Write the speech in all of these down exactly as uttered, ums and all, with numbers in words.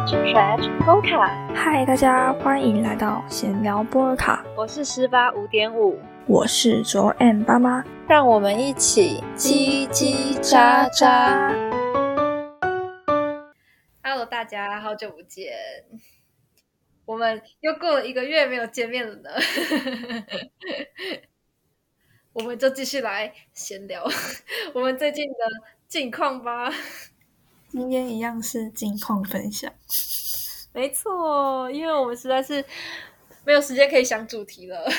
Trash Polka。 嗨，大家欢迎来到闲聊波尔卡， 我是十八五点五， 我是卓 M 爸妈， 让我们一起叽叽喳喳。Hello， 大家好久不见，我们又过了一个月没有见面了呢。我们就继续来闲聊我们最近的近况吧。 今天一样是近况分享。 没错，因为我们实在是没有时间可以想主题了。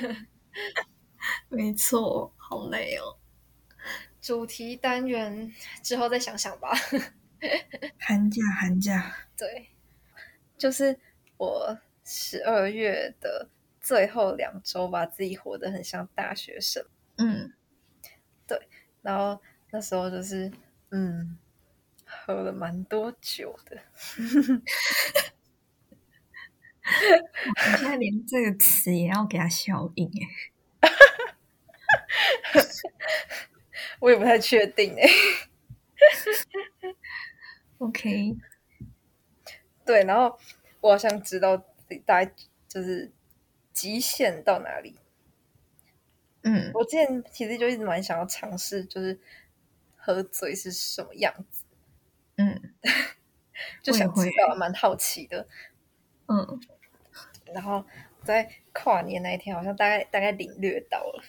没错，好累哦。 主题单元之后再想想吧。 寒假寒假对，就是我十二月的最后两周把自己活得很像大学生。 嗯， 对，然后那时候就是嗯喝了蛮多酒的。 你现在连这个词也要给它消音耶。 我也不太确定哎。 OK， 对，然后我好像知道大概就是极限到哪里。 嗯， 我之前其实就一直蛮想要尝试，就是喝醉是什么样子。 嗯， 就想知道，蛮好奇的。 嗯， 然后在跨年那一天，好像大概大概领略到了，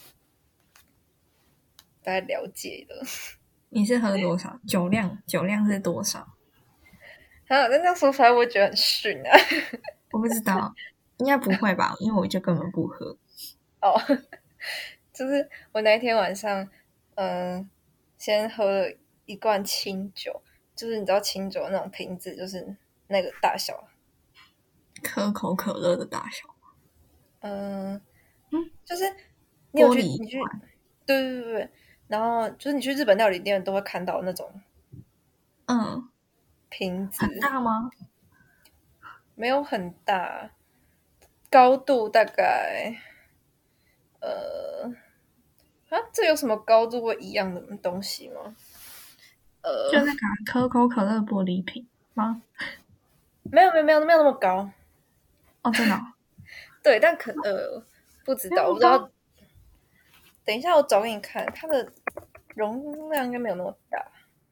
大概了解了。 你是喝多少？酒量酒量是多少？ 啊，那这样说出来，我会觉得很逊啊。 我不知道，应该不会吧？因为我就根本不喝。 哦，就是我那一天晚上，嗯、呃，先喝了一罐清酒，就是你知道清酒那种瓶子，就是那个大小， 可口可乐的大小。 嗯、呃、 嗯， 就是你有去玻璃你去，对对对对，然后就是你去日本料理店都会看到那种， 嗯， 瓶子很大吗？ 没有很大，高度大概呃啊，这有什么高度会一样的东西吗？呃， 就那个可口可乐玻璃瓶吗？ 没有没有没有没有那么高哦，真的、哦。 对，但可呃不知道，我不知道。等一下，我找给你看，它的容量应该没有那么大。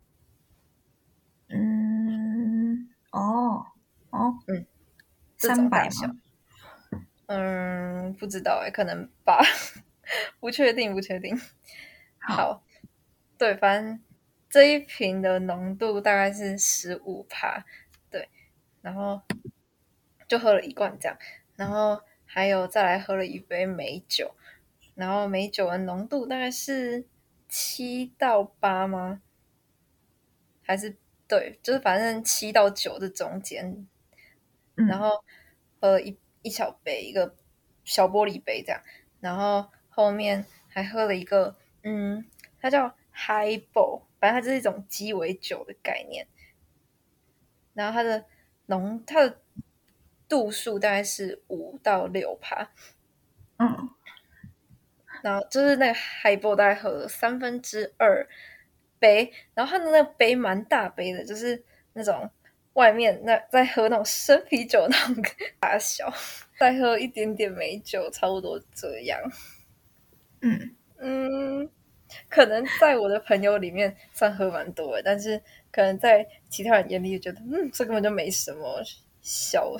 嗯，哦哦， 嗯，这三百种大小， 吗？ 嗯，不知道哎，可能吧，不确定，不确定。 好， 好，对，反正这一瓶的浓度大概是十五趴，对，然后就喝了一罐这样，然后还有再来喝了一杯美酒，然后美酒的浓度大概是七到八吗？还是对，就是反正七到九的中间， 嗯， 然后喝了一一小杯，一个小玻璃杯这样，然后后面还喝了一个，嗯，它叫 Highball，反正它就是一种鸡尾酒的概念，然后它的浓，它的度数大概是五到六趴， 嗯， 然后就是那个 Highball 大概喝了三分之二杯，然后它的那个杯蛮大杯的，就是那种外面那在喝那种生啤酒那种大小，再喝一点点美酒，差不多这样。 嗯， 嗯，可能在我的朋友里面算喝蛮多的，但是可能在其他人眼里觉得，嗯，这根本就没什么，小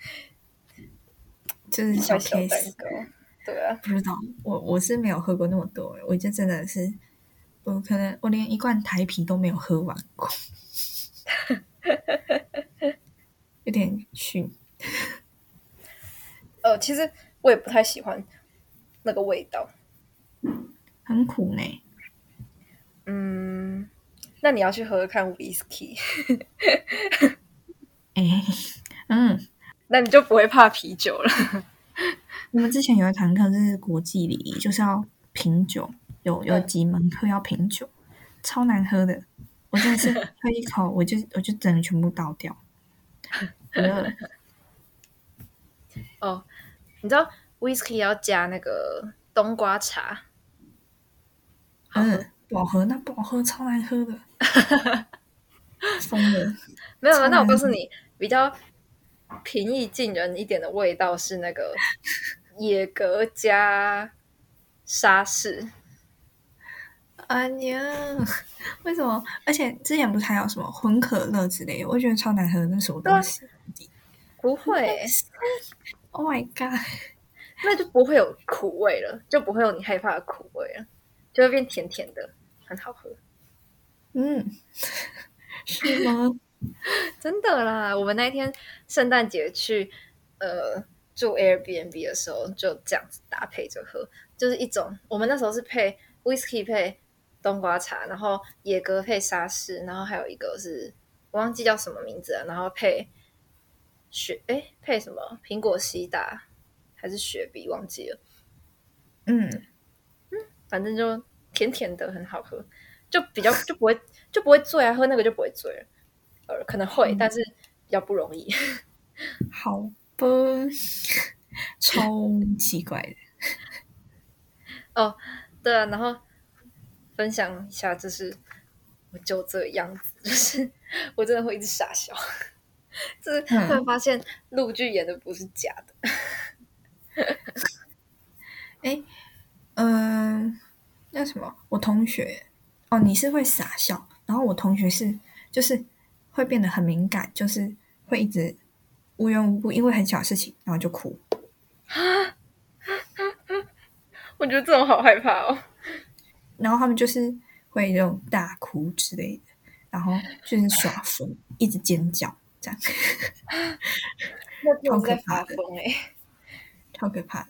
就是小一块小蛋 case。 糕。对啊， 不知道，我我是没有喝过那么多，我就真的是，我可能我连一罐台啤都没有喝完过，有点逊。 呃，其实我也不太喜欢那个味道。 很苦呢。 嗯，那你要去喝喝看 whisky， 哎，嗯， 那你就不会怕啤酒了。 我们之前有一堂课是国际礼仪，就是要品酒，有有嗯， 几门课要品酒，超难喝的，我真的是喝一口我就我就整个全部倒掉。呃， 哦，你知道 whisky 要加那个冬瓜茶，好喝。 嗯，不好喝，那不好喝，超难喝的，疯了， 没有， 超难喝。 那我告诉你， 比较平易近人一点的味道是那个野格加沙士。 哎呀，为什么？而且之前不是还有什么混可乐之类的，我觉得超难喝，那什么对啊， 东西？ 不会， Oh my god！ 那就不会有苦味了，就不会有你害怕的苦味了，就会变甜甜的，很好喝。 嗯，是吗？ 真的啦，我们那一天圣诞节去呃住 Airbnb 的时候，就这样子搭配着喝，就是一种我们那时候是配 whisky 配冬瓜茶，然后野格配沙士，然后还有一个是我忘记叫什么名字了，然后配雪哎配什么苹果西打还是雪碧忘记了， 嗯， 反正就甜甜的，很好喝，就比较就不会就不会醉啊，喝那个就不会醉了，呃可能会，但是比较不容易。 好吧，超奇怪的。 哦，对啊，然后分享一下，就是我就这个样子，就是我真的会一直傻笑，就是突然嗯， 发现陆剧演的不是假的。 哎，嗯，那什么，我同学哦，你是会傻笑，然后我同学是就是会变得很敏感，就是会一直无缘无故因为很小的事情，然后就哭。 我觉得这种好害怕哦。 然后他们就是会那种大哭之类的，然后就是耍疯，一直尖叫，这样那真的超是在可怕的， 发疯哎、欸， 超可怕的。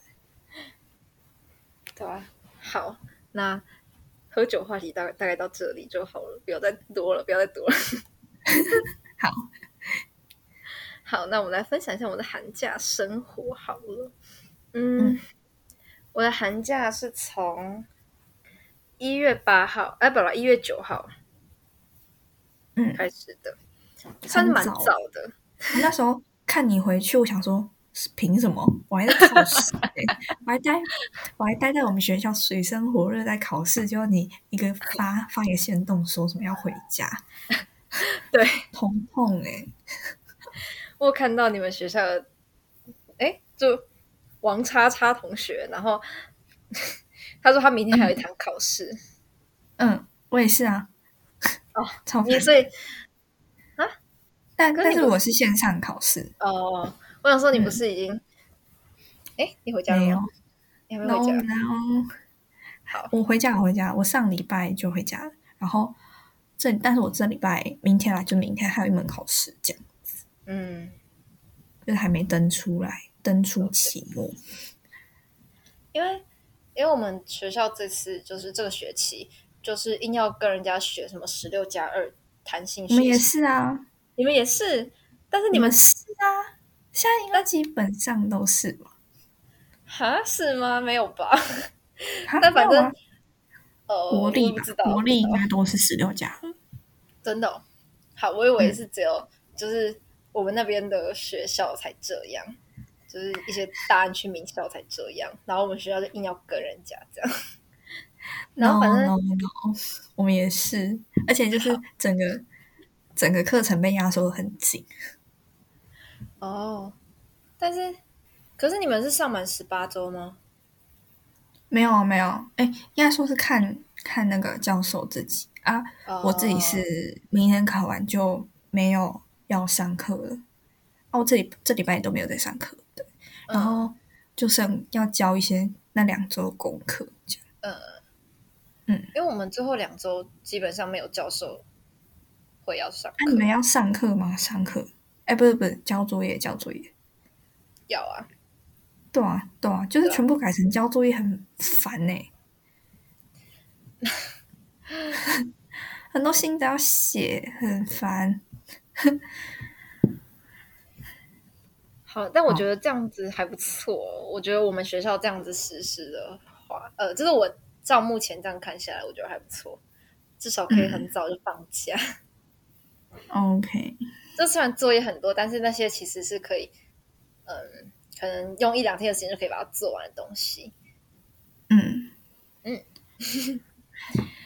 对吧？好，那喝酒话题大概大概到这里就好了，不要再多了，不要再多了。 好， 好，那我们来分享一下我的寒假生活好了。嗯， 嗯我的寒假是从一月八号，哎，不不，一月九号嗯， 开始的，算是蛮很早。 早的。 我那时候看你回去，我想说，凭什么？我还在考试、欸，我还待，我还待在我们学校水深火热在考试，结果你一个发发一个限动说什么要回家， 对， 痛痛哎、欸！ 我有看到你们学校的，哎，就王叉叉同学，然后他说他明天还有一堂考试。 嗯，我也是啊， 哦， 超烦。 你所以啊， 但但是可是你不是我是线上考试， 哦？我想说你不嗯， 是已经，哎，你回家了没有吗？你还没回 ，no 家？ no。 好， 我回家，我回家，我上礼拜就回家了。然后这，但是我这礼拜明天来，就明天还有一门考试，这样嗯， 就是还没登出来，登出了解。 期末。 因为因为我们学校这次就是这个学期，就是硬要跟人家学什么十六加二弹性我们也学习， 是啊， 你们也是，但是你们我们是啊，现在应该但基本上都是吧？ 哈是吗？没有吧？ 哈， 但反正没有吗？ 呃， 国力吧， 我不知道， 国力应不知道， 该都是十六加。 真的哦、好，我以为嗯， 是只有就是我们那边的学校才这样，就是一些大安区名校才这样，然后我们学校就硬要跟人家这样，然后反 no 正 no no，我们也是，而且就是好整个整个课程被压缩的很紧。 哦，但是可是你们是上满十八周吗？ 没有啊，没有，哎，应该说是看看那个教授自己啊。我自己哦， 是明天考完就没有要上课了。哦，这里这礼拜也都没有在上课，对。然嗯后就剩要交一些那两周的功课，这样。 嗯， 嗯， 因为我们最后两周基本上没有教授会要上那、你们课， 要上课吗？上课？哎，不是不是，交作业交作业。 要啊， 对啊对啊，就是对啊， 全部改成交作业，很烦呢、很多心得要写，很烦。 好，但我觉好， 得这样子还不错哦。我觉得我们学校这样子实施的话，呃，就是我照目前这样看下来，我觉得还不错，至少可以很嗯早就放假。 ，OK， 这虽然作业很多，但是那些其实是可以，嗯，可能用一两天的时间就可以把它做完的东西。 嗯嗯，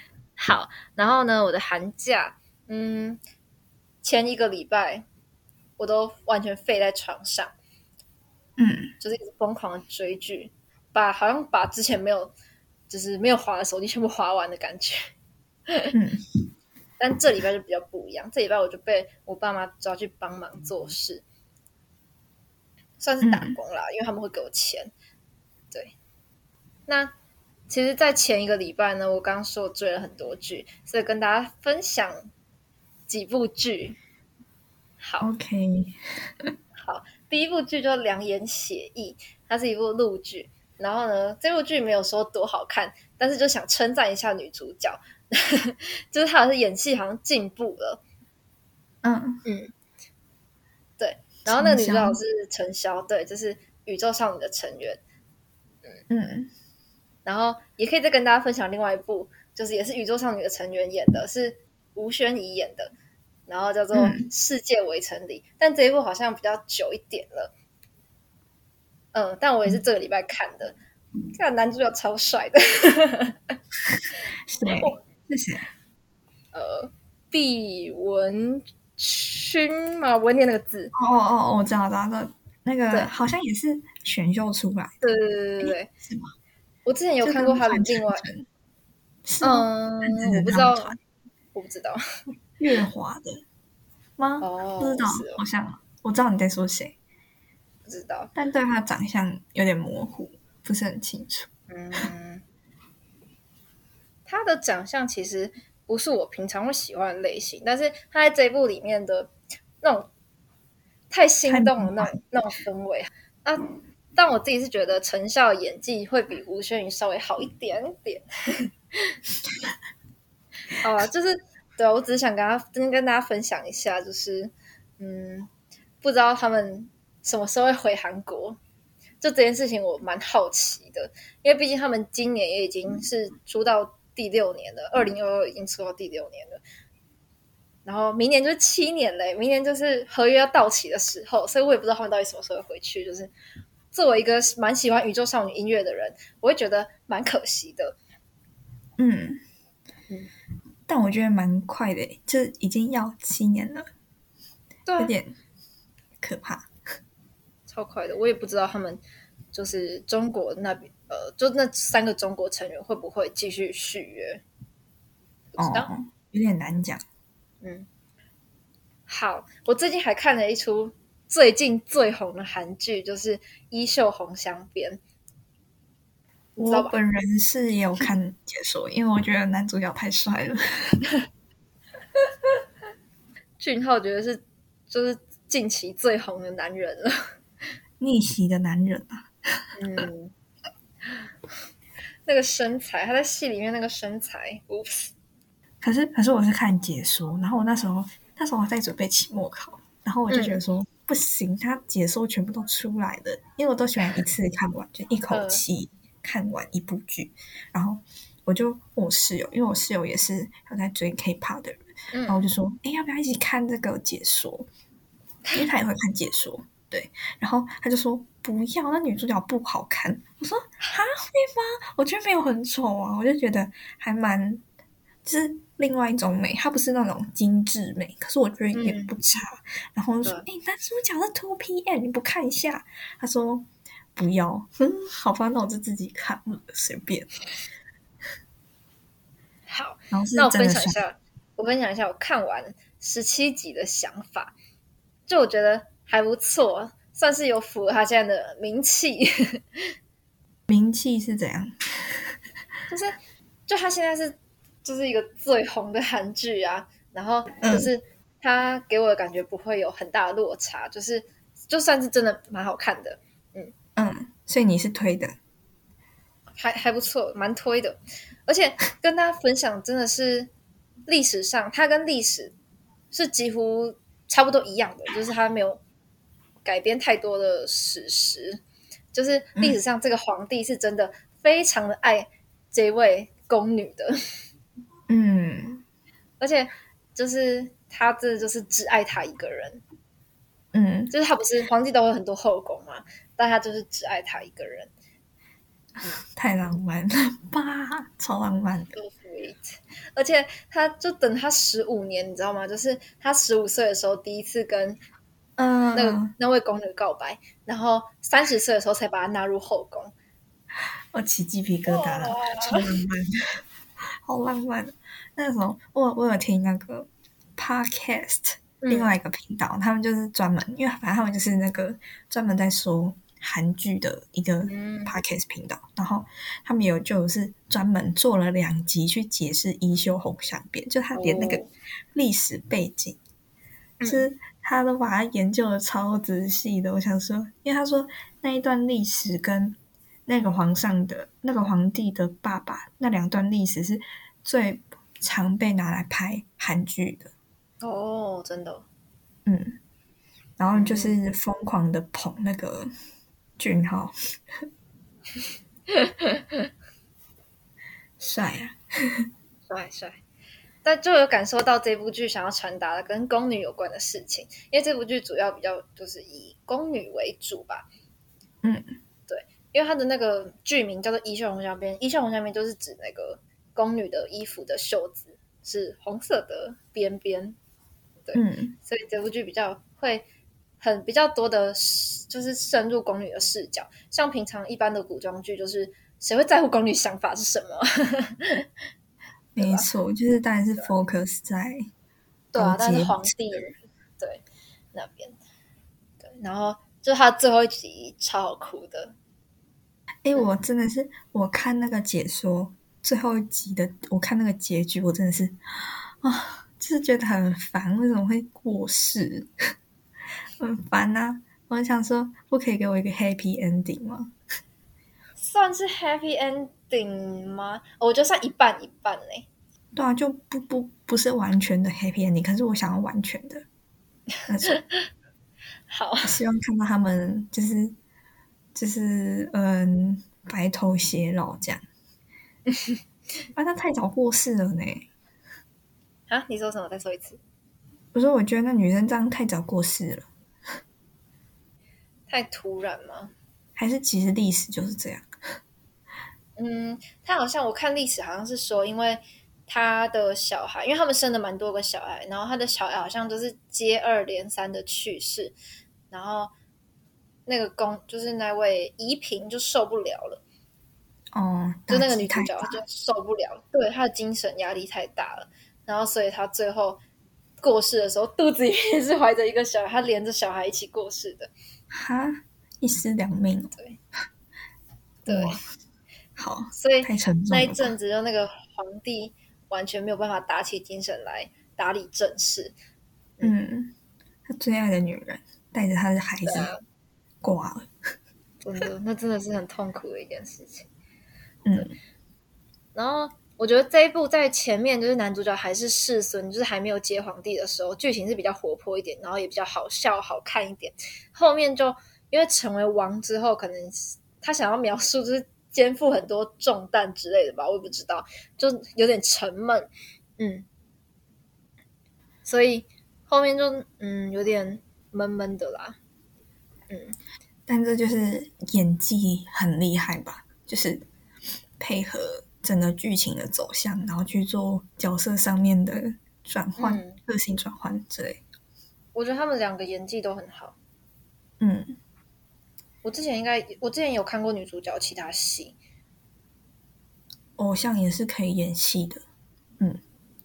好，然后呢，我的寒假，嗯，前一个礼拜我都完全废在床上， 嗯就是一直疯狂的追剧，把好像把之前没有就是没有滑的手机全部滑完的感觉。 嗯但这礼拜就比较不一样，这礼拜我就被我爸妈抓去帮忙做事，算是打嗯工啦，因为他们会给我钱。对，那其实，在前一个礼拜呢，我刚刚说我追了很多剧，所以跟大家分享几部剧。好 ，OK， 好，第一部剧就《良言血意》，它是一部陆剧。然后呢，这部剧没有说多好看，但是就想称赞一下女主角，就是她的演戏好像进步了。 嗯， 嗯，对。然后那个女主陈潇， 角是陈潇，对，就是宇宙少女的成员。 嗯然后也可以再跟大家分享另外一部，就是也是宇宙少女的成员演的，是吴宣仪演的，然后叫做《 嗯， 世界围城里》，但这一部好像比较久一点了。嗯，但我也是这个礼拜看的，看男主角超帅的， 谁？是谁？ 呃，毕文勋嘛，我会念那个字。 哦哦哦，我知道，知道，知道，那对个好像也是选秀出来的， 对对对对对， 是吗？ 我之前有就看过他的跟范丞另外， 丞是吗？范丞嗯，我丞不知道， 他们团我不知道。 乐华的吗？不知哦， 道， 是哦， 好像我知道你在说谁， 不知道。 但对他长相有点模糊，不是很清楚。 嗯，他的长相其实不是我平常会喜欢的类型，但是他在这一部里面的那种太心动的那种那种氛围啊，但我自己是觉得陈晓的演技会比吴宣仪稍微好一点点。好啊，就是对啊，我只是想跟他跟跟大家分享一下，就是嗯，不知道他们什么时候会回韩国。就这件事情我蛮好奇的，因为毕竟他们今年也已经是出道第六年了，二零二二已经出道第六年了，然后明年就是七年嘞，明年就是合约要到期的时候，所以我也不知道他们到底什么时候会回去。就是作为一个蛮喜欢宇宙少女音乐的人，我会觉得蛮可惜的。 嗯， 嗯， 但我觉得蛮快的，就已经要七年了， 对啊， 有点可怕。 超快的，我也不知道他们就是中国那边呃，就那三个中国成员会不会继续续约，不知道。 哦，有点难讲。 嗯，好，我最近还看了一出最近最红的韩剧，就是《衣袖红镶边》，你知道吧？ 我本人是也有看解说，因为我觉得男主角太帅了。 俊浩觉得是就是近期最红的男人了。 逆袭的男人啊， 嗯，那个身材，他在戏里面那个身材，oops， 可是可是我是看解说，然后我那时候那时候我在准备期末考，然后我就觉得说、嗯、不行，他解说全部都出来了，因为我都喜欢一次看完，就一口气看完一部剧，然后我就问我室友，因为我室友也是有在追 K-pop 的人， 嗯、 然后我就说，哎，要不要一起看这个解说？因为他也会看解说。对，然后他就说不要，那女主角不好看。我说哈，会吗？我觉得没有很丑啊，我就觉得还蛮，就是另外一种美，它不是那种精致美，可是我觉得也不差。嗯、然后我就说，哎，男主角是 two P M， 你不看一下？他说不要，嗯，好吧，那我就自己看了，随便。 好， 然后是那我真的分享一下，我分享一下我看完十七集的想法，就我觉得。还不错，算是有符合他现在的名气。 名气是怎样？ 就是就他现在是就是一个最红的韩剧啊，然后就是他给我的感觉不会有很大的落差，就是就算是真的蛮好看的，嗯嗯，所以你是推的， 还还不错，蛮推的，而且跟大家分享真的是历史上，它跟历史是几乎差不多一样的，就是它没有改编太多的史实，就是历史上这个皇帝是真的非常的爱这位宫女的， 嗯， 而且就是他真的就是只爱她一个人， 嗯， 就是他不是皇帝都会很多后宫嘛，但他就是只爱她一个人， 太浪漫了吧，超浪漫的。 而且他就等他十五年，你知道吗？就是他十五岁的时候第一次跟那个嗯， 那位宫女告白，然后三十岁的时候才把她纳入后宫。 我起鸡皮疙瘩了，超哇， 浪漫，好浪漫。那时候我我有听那个 podcast，另嗯， 外一个频道，他们就是专门，因为反正他们就是那个专门在说韩剧的一个嗯， podcast 频道，然后他们有就是专门做了两集去解释《衣袖红镶边》，就他连那个哦， 历史背景， 嗯， 是他都把它研究的超仔细的。我想说，因为他说那一段历史跟那个皇上的那个皇帝的爸爸那两段历史是最常被拿来拍韩剧的， 哦，真的， 嗯，然后就嗯， 是疯狂的捧那个俊浩，帅啊， 帅帅。但就有感受到这部剧想要传达的跟宫女有关的事情，因为这部剧主要比较就是以宫女为主吧。 嗯对，因为它的那个剧名叫做《衣袖红镶边》，衣袖红镶边就是指那个宫女的衣服的袖子是红色的边边。对， 嗯， 所以这部剧比较会很比较多的，就是深入宫女的视角。像平常一般的古装剧，就是谁会在乎宫女想法是什么，对吧？ 没错，就是当然是 focus 在对啊，但是高阶皇帝对那边对，然后就是他最后一集超好哭的。 哎， 嗯， 我真的是我看那个解说最后一集的，我看那个结局，我真的是啊，就是觉得很烦，为什么会过世？很烦啊！我想说，不可以给我一个 happy ending 吗？ 算是 happy ending 吗？我觉得算一半一半嘞。 对啊，就不不不是完全的 happy ending，可是我想要完全的那种， 好， 我希望看到他们就是就是嗯白头偕老这样。啊，他太早过世了呢。 啊，你说什么？再说一次。 我说，我觉得那女生这样太早过世了， 太突然吗？ 还是其实历史就是这样？ 嗯，他好像我看历史好像是说，因为他的小孩，因为他们生了蛮多个小孩，然后他的小孩好像都是接二连三的去世，然后那个公就是那位宜嫔就受不了了， 哦， 就打那个女主角击太大， 就受不了了，对她的精神压力太大了，然后所以她最后过世的时候，肚子里面是怀着一个小孩，她连着小孩一起过世的。 哈，一尸两命哦， 对哇， 对， 好， 所以太沉那一重了吧？ 阵子就那个皇帝完全没有办法打起精神来打理政事。嗯， 嗯，他最爱的女人带着他的孩子对啊， 挂了， 真的，那真的是很痛苦的一件事情。对， 嗯， 然后我觉得这一部在前面就是男主角还是世孙，就是还没有接皇帝的时候，剧情是比较活泼一点，然后也比较好笑、好看一点。后面就因为成为王之后，可能他想要描述就是肩负很多重担之类的吧，我也不知道，就有点沉闷，嗯，所以后面就嗯有点闷闷的啦，嗯。 但这就是演技很厉害吧，就是配合整个剧情的走向，然后去做角色上面的转换、 嗯， 个性转换之类。 我觉得他们两个演技都很好。 嗯， 我之前应该，我之前有看过女主角其他戏， 偶像也是可以演戏的。嗯，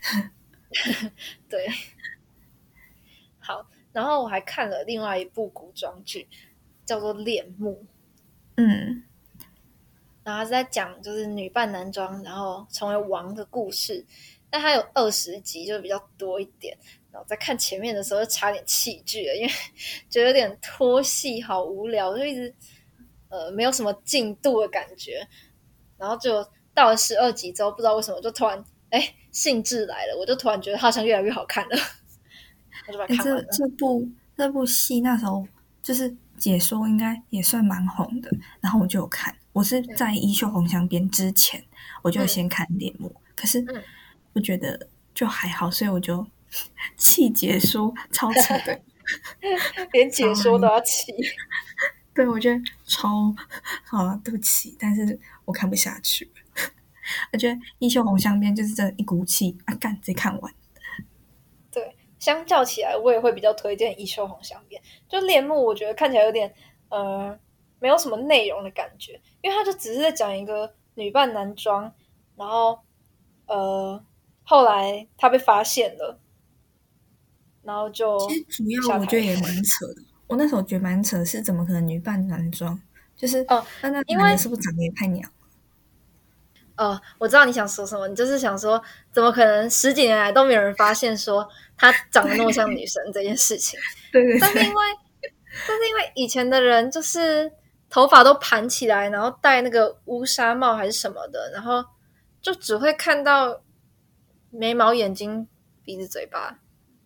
对，好。然后我还看了另外一部古装剧，叫做《恋慕》， 嗯， 然后它是在讲就是女扮男装，然后成为王的故事。但它有二十集，就比较多一点。然后在看前面的时候，就差点弃剧了，因为觉得有点拖戏，好无聊，就一直呃没有什么进度的感觉。然后就到了十二集之后，不知道为什么就突然哎兴致来了，我就突然觉得它好像越来越好看了，我就把它哎，这看完了。 这部这部戏那时候就是解说应该也算蛮红的，然后我就有看。我是在《衣袖红镶边》之前，我就先看猎幕，可是嗯， 我觉得就还好，所以我就弃解说，超扯的， 连超解说都要气。 对我觉得超好了，对不起，但是我看不下去。我觉得《衣袖红镶边》就是这一股气啊，干直接看完。 对， 相较起来，我也会比较推荐《一袖红镶边》。就恋慕，我觉得看起来有点呃没有什么内容的感觉，因为他就只是在讲一个女扮男装，然后呃后来他被发现了，然后就其实主要下台。 我觉得也蛮扯的。我那时候觉得蛮扯的是，怎么可能女扮男装？就是哦， 那那因为男的是不是长得也太娘？ 哦，我知道你想说什么，你就是想说，怎么可能十几年来都没有人发现说她长得那么像女生这件事情？ 对对对， 但是因为，但是因为以前的人就是头发都盘起来，然后戴那个乌纱帽还是什么的，然后就只会看到眉毛、眼睛、鼻子、嘴巴。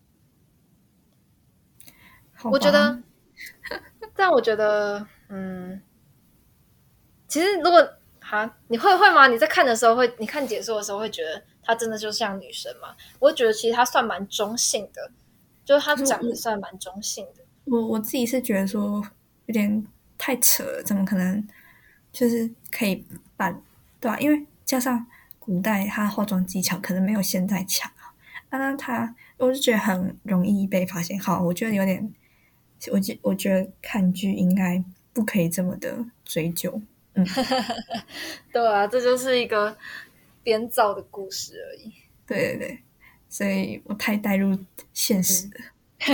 好吧。 我觉得，但我觉得，嗯，其实如果哈，你会会吗？你在看的时候会，你看解说的时候会觉得她真的就像女生吗？我觉得其实她算蛮中性的，就是她可是我长得算蛮中性的。 我我自己是觉得说有点太扯了，怎么可能就是可以扮，对吧、因为加上古代他化妆技巧可能没有现在强啊，啊那他我就觉得很容易被发现。好，我觉得有点，我觉我觉得看剧应该不可以这么的追究。嗯， 对啊，这就是一个编造的故事而已。 对对对，所以我太带入现实嗯， 了。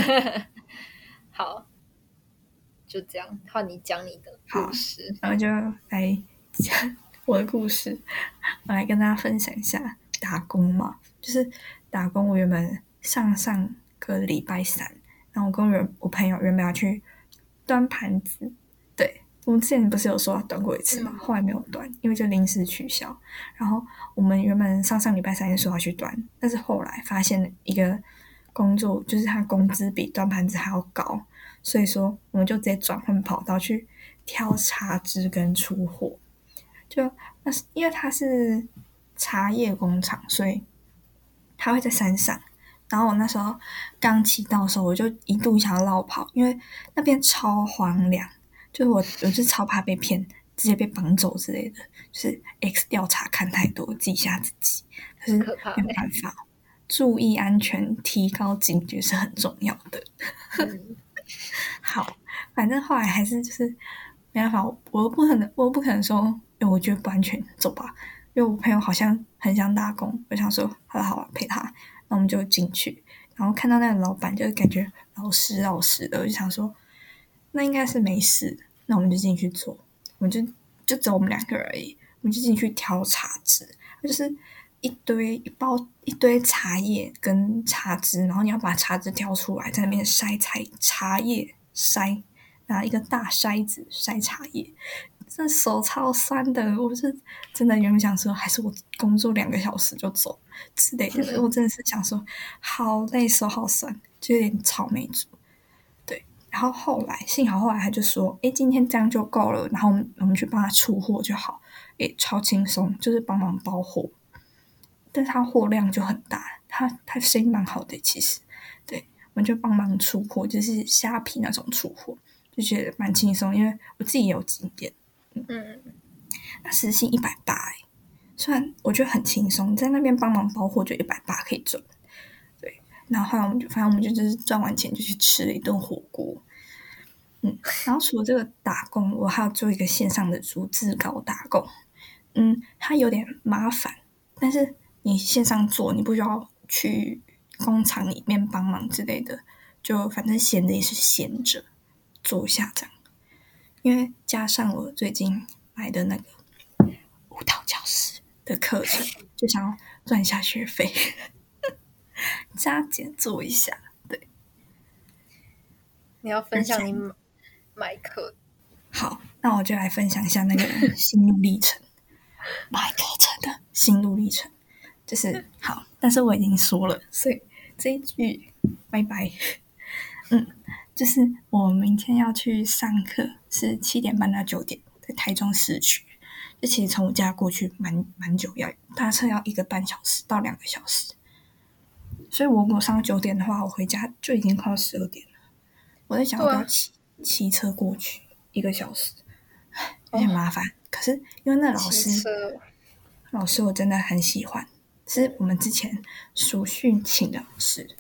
好，就这样，换你讲你的故好， 事。 然后就来讲我的故事。我来跟大家分享一下打工嘛，就是打工。我原本上上个礼拜三，然后我跟我我朋友原本要去端盘子，对，我们之前不是有说要端过一次嘛， 嗯后来没有端，因为就临时取消。然后我们原本上上礼拜三也说要去端，但是后来发现一个工作，就是他工资比端盘子还要高，所以说我们就直接转换跑道去挑茶枝跟出货。就那是因为它是茶叶工厂，所以它会在山上。然后我那时候刚骑到的时候，我就一度想要绕跑，因为那边超荒凉，就是我我就超怕被骗，直接被绑走之类的。就是 X 调查看太多，自己吓自己。可是很可怕没有欸。 办法，注意安全，提高警觉是很重要的。 嗯， 好，反正后来还是就是没办法，我我不可能，我不可能说，哎，我觉得不安全，走吧。因为我朋友好像很想打工，我想说，好了好了，陪他，那我们就进去。然后看到那个老板，就是感觉老实老实的，我就想说，那应该是没事，那我们就进去做，我们就就只有我们两个人而已，我们就进去挑茶汁，就是一堆一包一堆茶叶跟茶汁，然后你要把茶汁挑出来，在那边筛茶茶叶筛，拿一个大筛子筛茶叶，这手超酸的，我是真的原本想说，还是我工作两个小时就走之类的，我真的是想说，好累，手好酸，就有点草莓族。对，然后后来幸好后来他就说，诶，今天这样就够了，然后我们我们去帮他出货就好，诶，超轻松，就是帮忙包货。但是他货量就很大，他他生意蛮好的，其实，对，我们就帮忙出货，就是虾皮那种出货，就觉得蛮轻松，因为我自己也有经验。 嗯， 那时薪一百八，虽然我觉得很轻松，你在那边帮忙包货就一百八可以赚，对。然后后来我们就反正我们就就是赚完钱就去吃了一顿火锅，嗯。然后除了这个打工，我还要做一个线上的逐字稿打工，嗯，它有点麻烦，但是你线上做，你不需要去工厂里面帮忙之类的，就反正闲着也是闲着做一下这样。因为加上我最近买的那个舞蹈教室的课程，就想要赚一下学费，加减做一下。对， 你要分而且享你买买课。 好，那我就来分享一下那个心路历程，买课程的心路历程。就是好，但是我已经说了，所以这一句拜拜。嗯，就是我明天要去上课，是七点半到九点，在台中市区。就其实从我家过去蛮蛮久，要搭车要一个半小时到两个小时。所以我如果上九点的话，我回家就已经快要十二点了。我在想要对啊， 不要骑骑车过去一个小时，有点哦， 麻烦。可是因为那老骑师车。 老师我真的很喜欢，是我们之前暑训请的老师，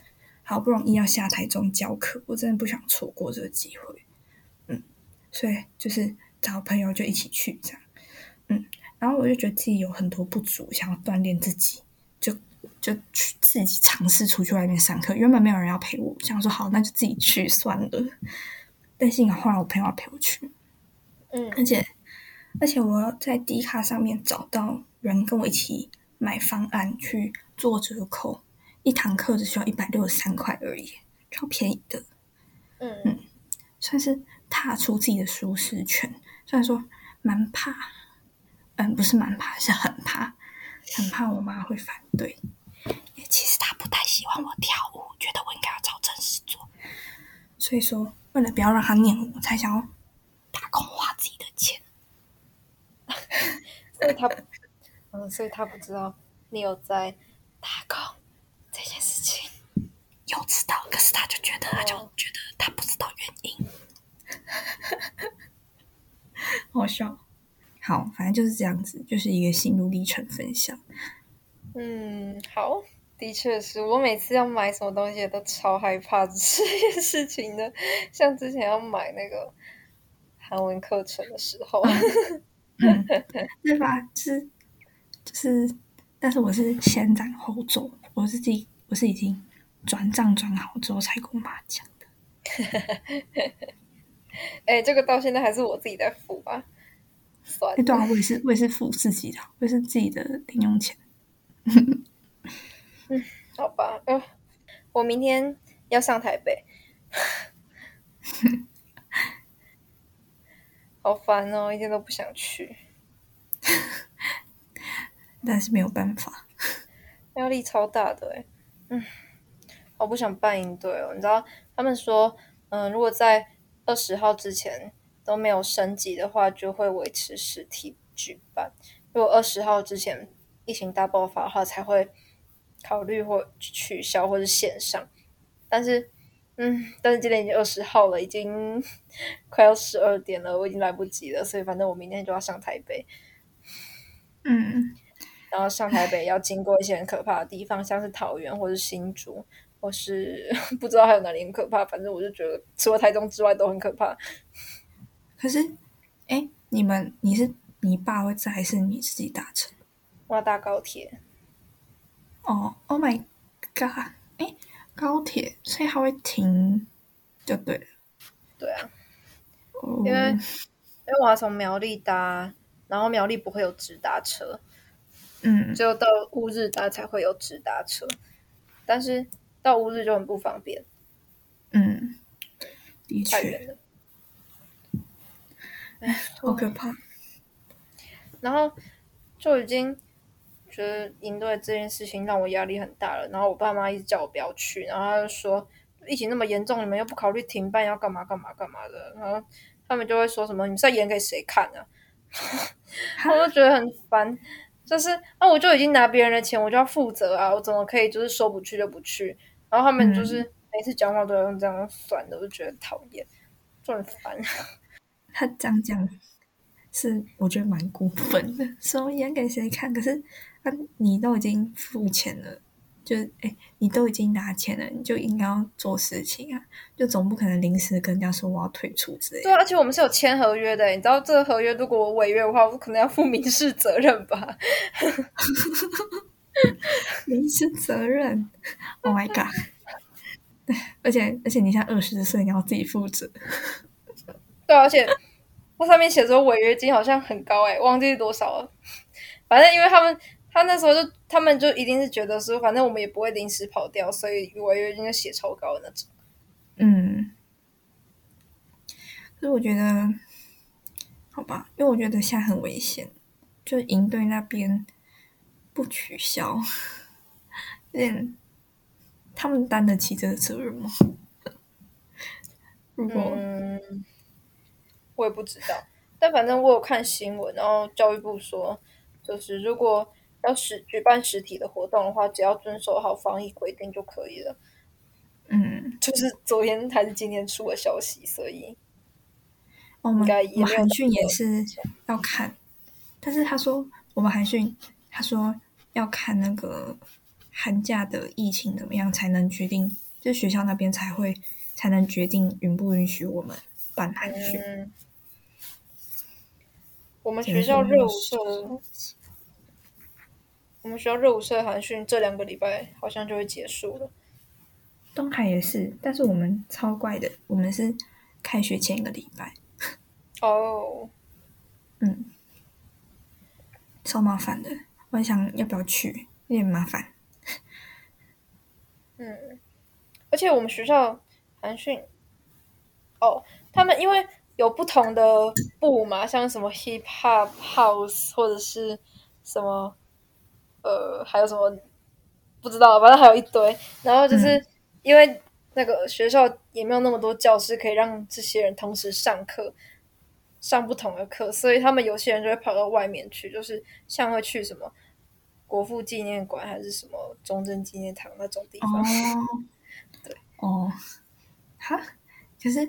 好不容易要下台中教课，我真的不想错过这个机会。嗯，所以就是找朋友就一起去这样。嗯，然后我就觉得自己有很多不足，想要锻炼自己，就就去自己尝试出去外面上课。原本没有人要陪我，想说好那就自己去算了。但幸好后来我朋友要陪我去， 嗯， 而且而且我在 D 卡上面找到人跟我一起买方案去做折扣，一堂课只需要一百六十三块而已，超便宜的。 嗯嗯，算是踏出自己的舒适圈。虽然说蛮怕，嗯，不是蛮怕，是很怕，很怕我妈会反对。因为其实她不太喜欢我跳舞，觉得我应该要找正事做。所以说，为了不要让她念我，才想要打工花自己的钱。 所以他，嗯，所以他不知道你有在打工这件事情。 有知道，可是他就觉得，他就觉得他不知道原因，好笑。好，反正就是这样子，就是一个心路历程分享。 嗯，好，的确是我每次要买什么东西都超害怕这件事情的。像之前要买那个韩文课程的时候， 嗯，对吧？就是就是，但是我是先斩后奏，我是自己，我是已经转账转好之后才跟我妈讲的。 哎，这个到现在还是我自己在付啊。算哎，对了， 啊，我也是，我也是付自己的，我也是自己的零用钱。 嗯，好吧，呃，我明天要上台北，好烦哦，一点都不想去， 但是没有办法。 压力超大的哎，嗯，好不想办营队哦。你知道他们说，嗯，如果在二十号之前都没有升级的话，就会维持实体举办；如果二十号之前疫情大爆发的话，才会考虑或取消或是线上。但是，嗯，但是今天已经二十号了，已经快要十二点了，我已经来不及了，所以反正我明天就要上台北。 嗯， 然后上台北要经过一些很可怕的地方，像是桃园或是新竹，或是不知道还有哪里很可怕。反正我就觉得除了台中之外都很可怕。 可是，哎，你们你是你爸会在，还是你自己搭车？ 我要搭高铁， 哦，Oh my god！哎，高铁，所以它会停，就对了。 对啊，因为哦， 因为我要从苗栗搭，然后苗栗不会有直达车， 嗯只有到乌日搭才会有直达车，但是到乌日就很不方便， 嗯，的确， 太远了。哎， 好可怕。 然后就已经觉得营队这件事情让我压力很大了。然后我爸妈一直叫我不要去，然后他就说疫情那么严重，你们又不考虑停办，要干嘛干嘛干嘛的。然后他们就会说什么你们在演给谁看啊？我就觉得很烦。就是啊，我就已经拿别人的钱，我就要负责啊，我怎么可以就是说不去就不去？然后他们就是嗯， 每次讲话都要用这样酸的，我就觉得讨厌，就很烦。 他这样讲是我觉得蛮过分的，说演给谁看？可是啊，你都已经付钱了，就哎，你都已经拿钱了，你就应该要做事情啊，就总不可能临时跟人家说我要退出之类对啊， 的。 而且我们是有签合约的，你知道这个合约如果我违约的话，我可能要负民事责任吧？ 民事责任，Oh my god！而且而且你现在二十岁，你要自己负责。 对啊，而且它上面写说违约金好像很高诶，忘记是多少了。反正因为他们他那时候就他们就一定是觉得说，反正我们也不会临时跑掉，所以违约金就写超高的那种。 嗯，可是我觉得，好吧，因为我觉得现在很危险，就营队那边不取消，有点他们担得起这个责任吗？如果嗯，我也不知道，但反正我有看新闻，然后教育部说，就是如果要实举办实体的活动的话，只要遵守好防疫规定就可以了。 嗯， 就是昨天还是今天出的消息，所以我应该们我们也没有那韩训也么是要看，但是他说我们韩训，他说要看那个寒假的疫情怎么样才能决定就学校那边才会才能决定允不允许我们办寒训。 嗯，我们只能学校说那个热舞社，我们学校热舞社寒训这两个礼拜好像就会结束了。 东海也是，但是我们超怪的，我们是开学前一个礼拜。 哦， 嗯，超麻烦的，我还想要不要去，有点麻烦。 嗯，而且我们学校寒训，哦，他们因为有不同的部嘛，像什么 hip hop house 或者是什么呃，还有什么不知道，反正还有一堆。然后就是嗯因为那个学校也没有那么多教师可以让这些人同时上课，上不同的课，所以他们有些人就会跑到外面去，就是像会去什么国父纪念馆还是什么中正纪念堂那种地方。 哦对哦，哈，可是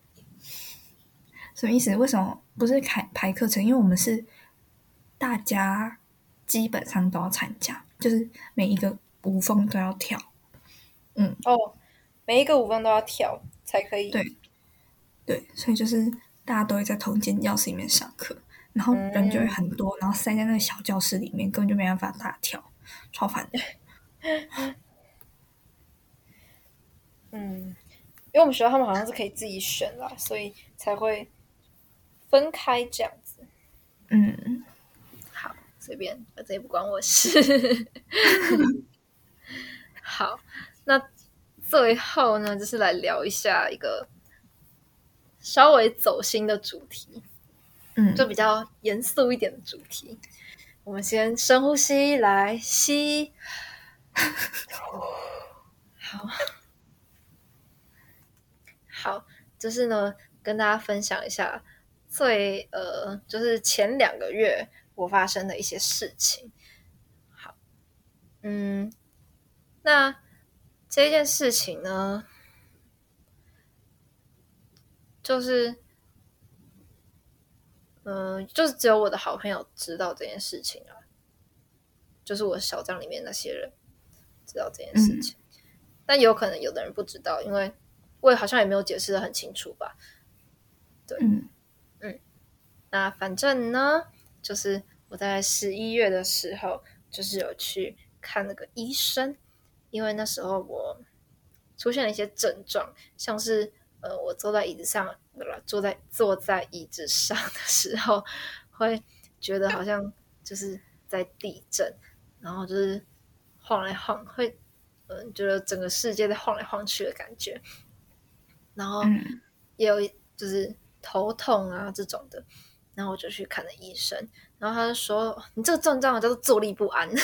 什么意思？为什么不是排排课程？因为我们是大家基本上都要参加，就是每一个舞风都要跳。嗯， 哦，每一个舞风都要跳才可以。 对对，所以就是大家都会在同一间教室里面上课，然后人就会嗯很多，然后塞在那个小教室里面，根本就没办法大跳，超烦的。 嗯，因为我们学校他们好像是可以自己选啦，所以才会分开这样子。 嗯， 好，随便，反正也不关我事。好，那最后呢，就是来聊一下一个稍微走心的主题， 嗯， 就比较严肃一点的主题。我们先深呼吸，来吸，好，好，就是呢，跟大家分享一下最呃，就是前两个月我发生的一些事情。好，嗯，那这件事情呢，就是嗯、呃，就是只有我的好朋友知道这件事情啊，就是我小账里面那些人知道这件事情，嗯、但有可能有的人不知道，因为我也好像也没有解释的很清楚吧。对， 嗯嗯，那反正呢，就是我在十一月的时候，就是有去看那个医生，因为那时候我出现了一些症状，像是呃，我坐在椅子上，坐在坐在椅子上的时候，会觉得好像就是在地震，然后就是晃来晃，会嗯、呃，觉得整个世界在晃来晃去的感觉，然后也有就是头痛啊这种的，然后我就去看了医生，然后他就说你这个症状叫做坐立不安。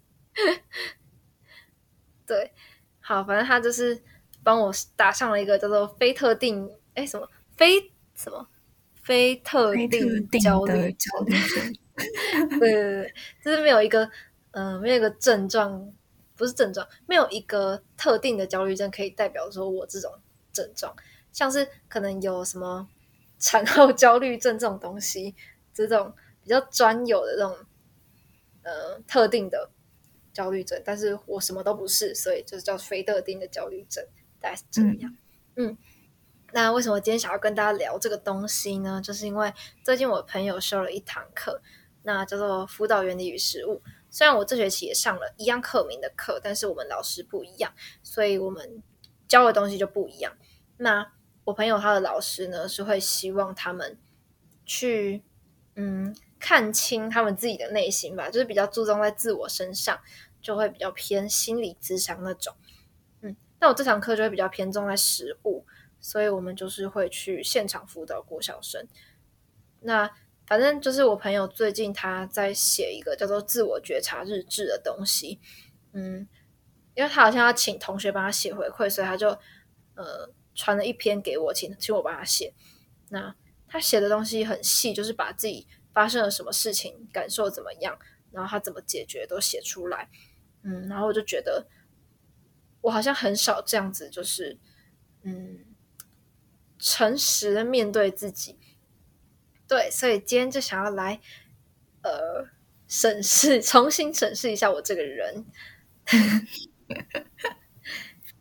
对，好，反正他就是帮我打上了一个叫做非特定哎什么非什么非特非特定定焦虑的焦症。 虑症。 对对对，就是没有一个嗯、呃、没有一个症状，不是症状，没有一个特定的焦虑症可以代表说我这种症状，像是可能有什么产后焦虑症这种东西，这种比较专有的这种呃特定的焦虑症，但是我什么都不是，所以就是叫非特定的焦虑症，大概是这样。嗯，嗯，那为什么今天想要跟大家聊这个东西呢？就是因为最近我朋友修了一堂课，那叫做辅导原理与实务。虽然我这学期也上了一样课名的课，但是我们老师不一样，所以我们教的东西就不一样。那我朋友他的老师呢，是会希望他们去嗯看清他们自己的内心吧，就是比较注重在自我身上，就会比较偏心理咨商那种。嗯，那我这堂课就会比较偏重在实务，所以我们就是会去现场辅导国小生。那反正就是我朋友最近他在写一个叫做自我觉察日志的东西，嗯，因为他好像要请同学帮他写回馈，所以他就呃传了一篇给我，请请我帮他写。那他写的东西很细，就是把自己发生了什么事情，感受怎么样，然后他怎么解决都写出来。嗯，然后我就觉得我好像很少这样子，就是嗯诚实的面对自己。对，所以今天就想要来呃审视，重新审视一下我这个人。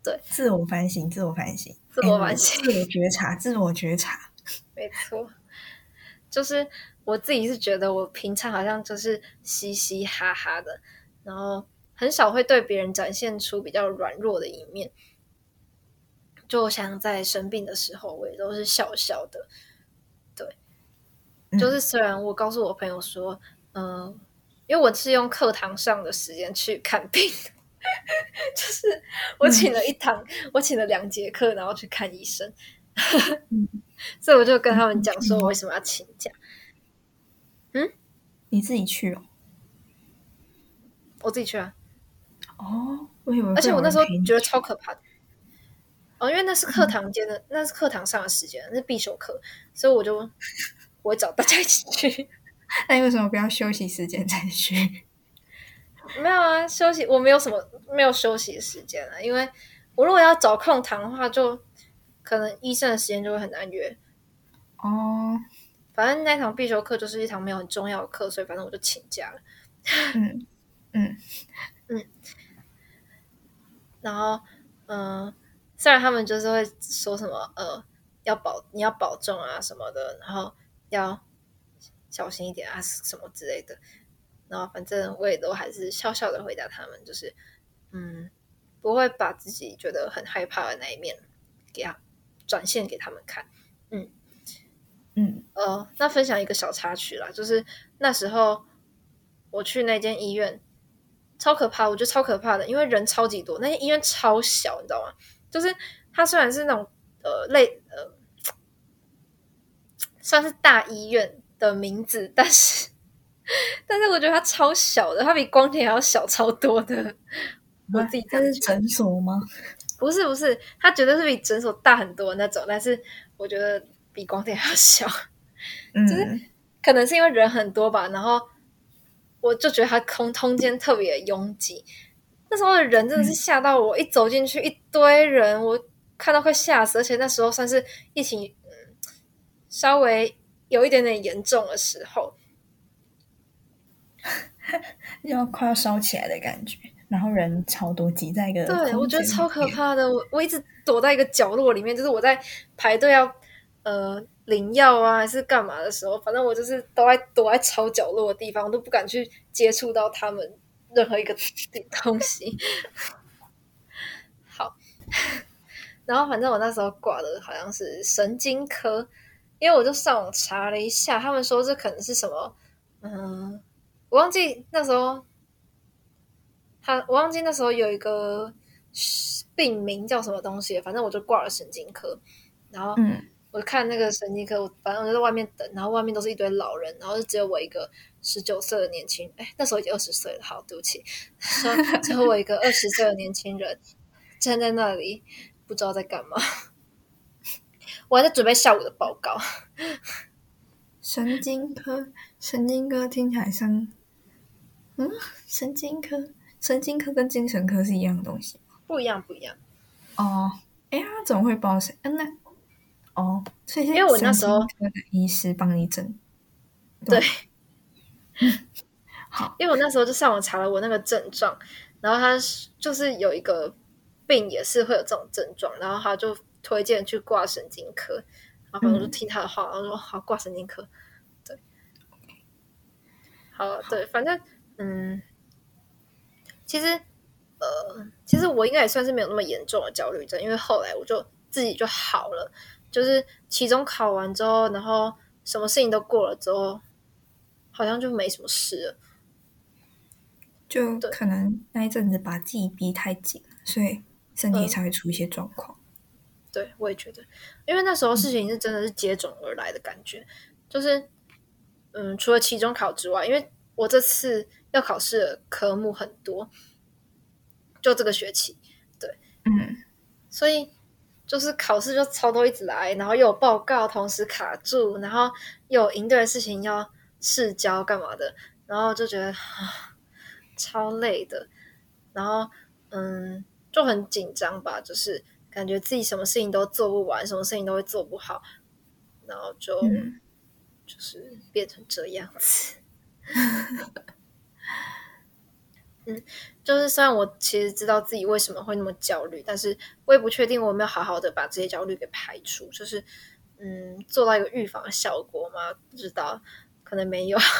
自我反省，自我反省， 自我反省， 自我觉察，自我觉察。 没错，就是我自己是觉得我平常好像就是嘻嘻哈哈的，然后很少会对别人展现出比较软弱的一面。就像在生病的时候，我也都是笑笑的。对，就是虽然我告诉我朋友说，嗯、呃，因为我是用课堂上的时间去看病的，就是我请了一堂，嗯、我请了两节课，然后去看医生。 嗯、 所以我就跟他们讲说，我为什么要请假。嗯， 你自己去哦？ 我自己去啊。 哦，我以为而且我那时候觉得去超可怕的。哦，因为那是课堂间的，嗯、那是课堂上的时间，那是必修课，所以我就我会找大家一起去。 那你为什么不要休息时间再去？ 没有啊，休息我没有什么没有休息的时间啊，因为我如果要找空堂的话，就可能医生的时间就会很难约。 哦， 反正那堂必修课就是一堂没有很重要的课，所以反正我就请假了。 嗯嗯嗯，然后嗯、呃，虽然他们就是会说什么呃要保你要保重啊什么的，然后要小心一点啊什么之类的，然后反正我也都还是笑笑的回答他们，就是嗯不会把自己觉得很害怕的那一面给他展现给他们看。嗯嗯呃，那分享一个小插曲啦，就是那时候我去那间医院。超可怕，我觉得超可怕的，因为人超级多，那间医院超小，你知道吗？就是它虽然是那种呃类呃算是大医院的名字，但是但是我觉得它超小的，它比光田还要小超多的。我自己这是诊所吗？ 不是不是，它绝对是比诊所大很多的那种，但是我觉得比光田还要小。 嗯， 就是可能是因为人很多吧，然后我就觉得它空空间特别拥挤。那时候的人真的是吓到我，嗯、一走进去一堆人，我看到快吓死。而且那时候算是疫情、嗯、稍微有一点点严重的时候， 要快要烧起来的感觉，然后人超多挤在一个对我觉得超可怕的。 我我一直躲在一个角落里面，就是我在排队要呃领药啊还是干嘛的时候，反正我就是都在躲在超角落的地方，我都不敢去接触到他们任何一个东西。好，然后反正我那时候挂的好像是神经科，因为我就上网查了一下，他们说这可能是什么，嗯，我忘记那时候他，我忘记那时候有一个病名叫什么东西，反正我就挂了神经科，然后我看那个神经科，我反正我就在外面等，然后外面都是一堆老人，然后就只有我一个十九岁的年轻人，哎，那时候已经二十岁了，好，对不起，说只有我一个二十岁的年轻人站在那里，不知道在干嘛。我还在准备下午的报告。 神经科，神经科听起来像，嗯，神经科，神经科跟精神科是一样的东西吗？ 不一样，不一样。 哦，哎呀，怎么会报神？嗯，那哦，所以是因为我那时候神经科的医师帮你诊。 对， 好， 因为我那时候就上网查了我那个症状，然后他就是有一个病也是会有这种症状，然后他就推荐去挂神经科，然后反正我就听他的话，然后说好挂神经科，对，好，对，反正嗯，其实呃，其实我应该也算是没有那么严重的焦虑症，因为后来我就自己就好了，就是期中考完之后，然后什么事情都过了之后，好像就没什么事了。 就可能那一阵子把自己逼太紧了，所以身体才会出一些状况。 嗯、对，我也觉得，因为那时候事情是真的是接踵而来的感觉，嗯、就是嗯，除了期中考之外，因为我这次要考试的科目很多，就这个学期，对， 嗯， 所以就是考试就超多一直来，然后又有报告同时卡住，然后又有营队的事情要试教干嘛的，然后就觉得啊超累的，然后嗯就很紧张吧，就是感觉自己什么事情都做不完，什么事情都会做不好，然后就、嗯、就是变成这样子。 就是虽然我其实知道自己为什么会那么焦虑，但是我也不确定我有没有好好的把这些焦虑给排除，就是嗯，做到一个预防的效果吗？不知道，可能没有。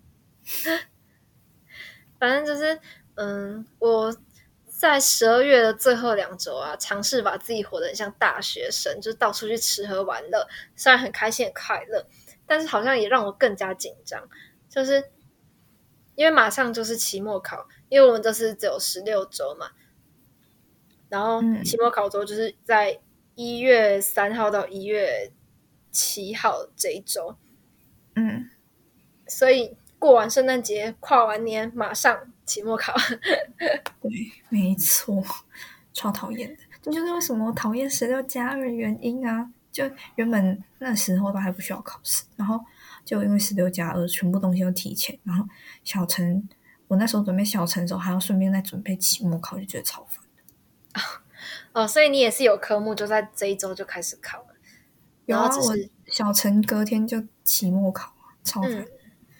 反正就是嗯，我在十二月的最后两周啊，尝试把自己活得很像大学生，就是到处去吃喝玩乐，虽然很开心很快乐，但是好像也让我更加紧张，就是因为马上就是期末考，因为我们这次只有十六周嘛，然后嗯期末考周就是在一月三号到一月七号这一周， 嗯， 所以过完圣诞节、跨完年，马上期末考。 对，没错，超讨厌的。这就是为什么我讨厌十六加二的原因啊！就原本那时候都还不需要考试，然后就因为十六加二，全部东西都提前，然后小陈，我那时候准备小陈的时候，还要顺便再准备期末考，就觉得超烦。 哦，所以你也是有科目就在这一周就开始考了， 有啊，我然后只是小陈隔天就期末考啊，超烦。 嗯，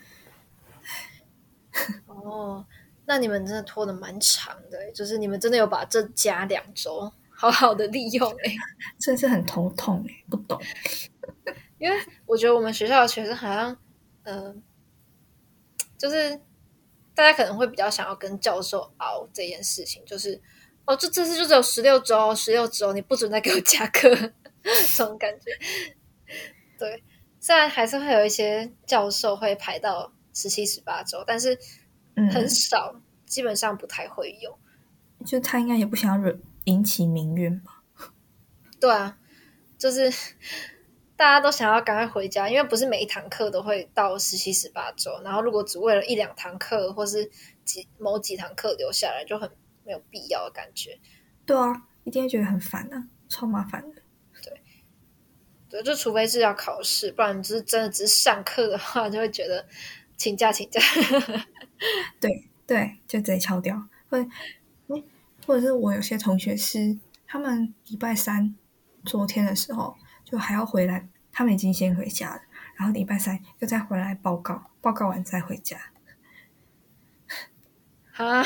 哦，那你们真的拖得蛮长的，就是你们真的有把这加两周好好的利用诶。 真的是很头痛诶，不懂。 因为我觉得我们学校的学生好像，嗯、呃，就是大家可能会比较想要跟教授熬这件事情，就是哦，这这次就只有十六周，十六周你不准再给我加课，这种感觉。对，虽然还是会有一些教授会排到十七、十八周，但是很嗯， 少，基本上不太会有。 就他应该也不想要惹引起民怨吧？ 对啊，就是大家都想要赶快回家，因为不是每一堂课都会到十七、十八周，然后如果只为了一两堂课或是几某几堂课留下来，就很没有必要的感觉。 对啊，一定会觉得很烦啊，超麻烦的。 对，就除非是要考试，不然就是真的只是上课的话，就会觉得请假请假。 对对，就直接敲掉。或者，诶或者是我有些同学是他们礼拜三昨天的时候就还要回来，他们已经先回家了，然后礼拜三又再回来报告，报告完再回家， 啊，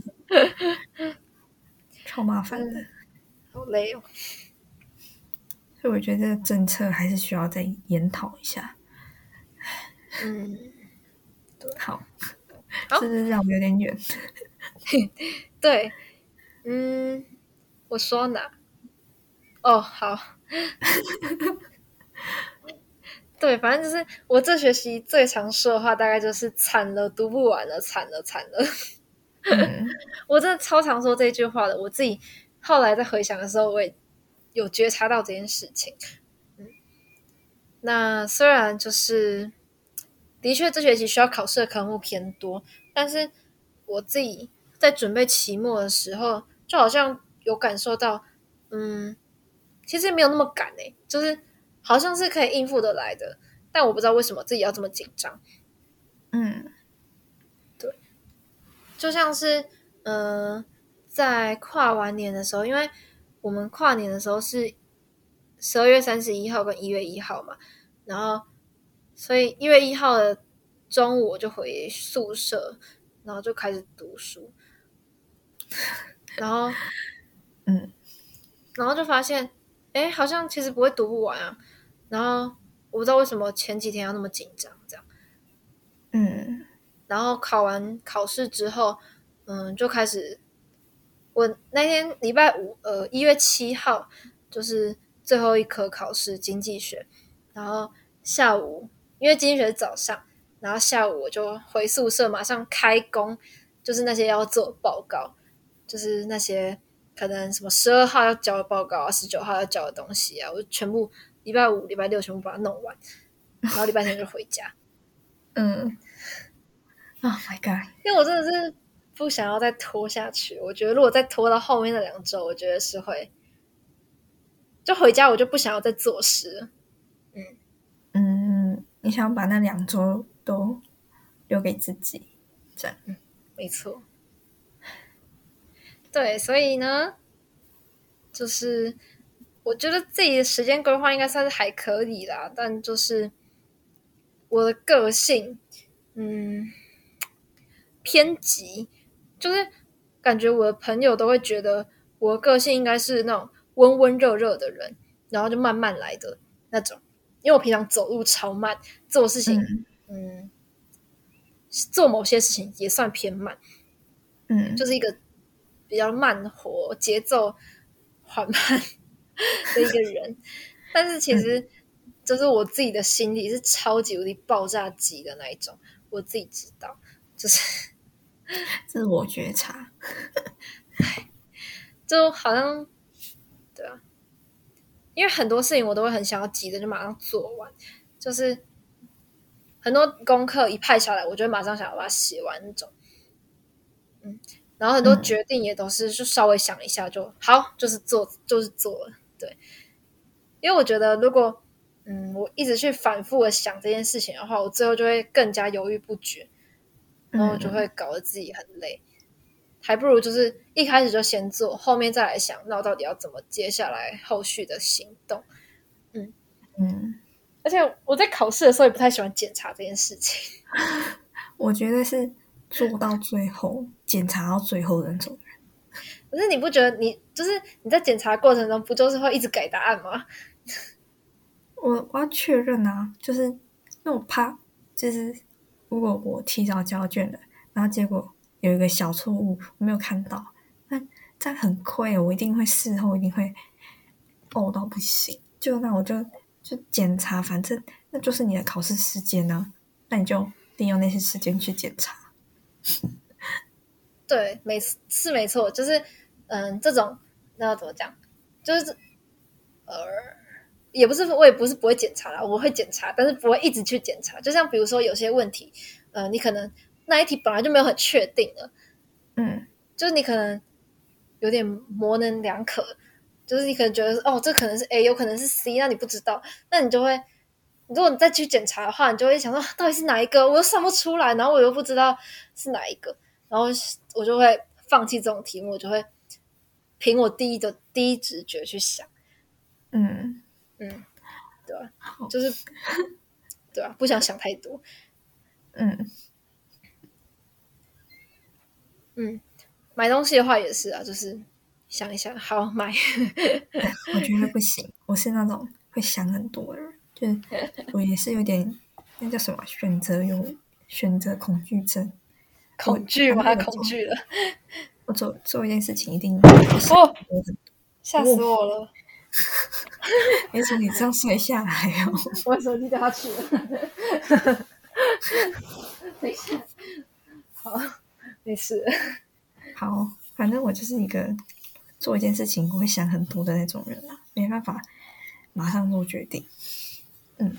超麻烦的。 嗯，好累哦。 所以我觉得这个政策还是需要再研讨一下。 嗯， 好， 好， 是不是让我有点远？ 对，嗯，我说哪？哦，好，对，反正就是我这学期最常说的话，大概就是惨了，读不完了，惨了，惨了。 嗯我真的超常说这句话的。我自己后来在回想的时候，我也有觉察到这件事情。嗯，那虽然就是的确这学期需要考试的科目偏多，但是我自己在准备期末的时候，就好像有感受到，嗯，其实没有那么赶诶、欸就是好像是可以应付得来的，但我不知道为什么自己要这么紧张。 嗯就像是嗯、呃在跨完年的时候，因为我们跨年的时候是十二月三十一号跟一月一号嘛，然后所以一月一号的中午我就回宿舍，然后就开始读书，然后嗯然后就发现，哎，好像其实不会读不完啊，然后我不知道为什么前几天要那么紧张，这样。 嗯然后考完考试之后，嗯，就开始。我那天礼拜五，呃，一月七号就是最后一科考试经济学，然后下午因为经济学是早上，然后下午我就回宿舍马上开工，就是那些要做的报告，就是那些可能什么十二号要交的报告啊，十九号要交的东西啊，我就全部礼拜五、礼拜六全部把它弄完，然后礼拜天就回家。 嗯，Oh my god！ 因为我真的是不想要再拖下去。我觉得如果再拖到后面的两周，我觉得是会就回家，我就不想要再做事了。 嗯，你想把那两周都留给自己，这样。 没错，对，所以呢，就是我觉得自己的时间规划应该算是还可以啦，但就是我的个性，嗯，偏急，就是感觉我的朋友都会觉得我的个性应该是那种温温热热的人，然后就慢慢来的那种。因为我平常走路超慢，做事情嗯嗯做某些事情也算偏慢， 嗯， 就是一个比较慢活、节奏缓慢的一个人。但是其实就是我自己的心理是超级无敌爆炸级的那一种，我自己知道，就是自我觉察。 就好像对啊，因为很多事情我都会很想要急着就马上做完，就是很多功课一派下来，我就会马上想要把它写完那种。嗯，然后很多嗯决定也都是就稍微想一下就好，就是做就是做了。对，因为我觉得如果嗯我一直去反复的想这件事情的话，我最后就会更加犹豫不决，然后就会嗯搞得自己很累。还不如就是一开始就先做，后面再来想，那我到底要怎么接下来后续的行动。嗯， 嗯， 而且我在考试的时候也不太喜欢检查这件事情。 我觉得是做到最后，检查到最后的那种人。 可是你不觉得你就是你在检查过程中不就是会一直改答案吗？ 我我要确认啊，就是因为我怕，就是如果我提早交卷了，然后结果有一个小错误我没有看到，那这样很亏，我一定会事后一定会呕到不行。就那我就就检查，反正那就是你的考试时间呢、啊，那你就利用那些时间去检查。 对，没是没错，就是嗯，这种那要怎么讲？就是呃，也不是我也不是不会检查啦，我会检查，但是不会一直去检查。就像比如说有些问题，呃，你可能那一题本来就没有很确定了， 嗯就是你可能有点模棱两可，就是你可能觉得哦，这可能是 A，有可能是 C，那你不知道，那你就会，如果你再去检查的话，你就会想说到底是哪一个，我又算不出来，然后我又不知道是哪一个，然后我就会放弃这种题目，我就会凭我第一的第一直觉去想， 嗯， 嗯，对吧、 好， 就是对吧、不想想太多， 嗯， 嗯，买东西的话也是啊，就是想一想，好买， 我觉得不行，我是那种会想很多的人，就是我也是有点那叫什么选择有选择恐惧症。我恐惧吗？ 反正我做恐惧了， 我做做一件事情一定会想哦， 很多很吓多。哦， 死我了。 没从你这样摔下来哦。 我手机掉下去了。等一下，好，没事。 好，反正我就是一个做一件事情我会想很多的那种人啊，没办法马上做决定。嗯，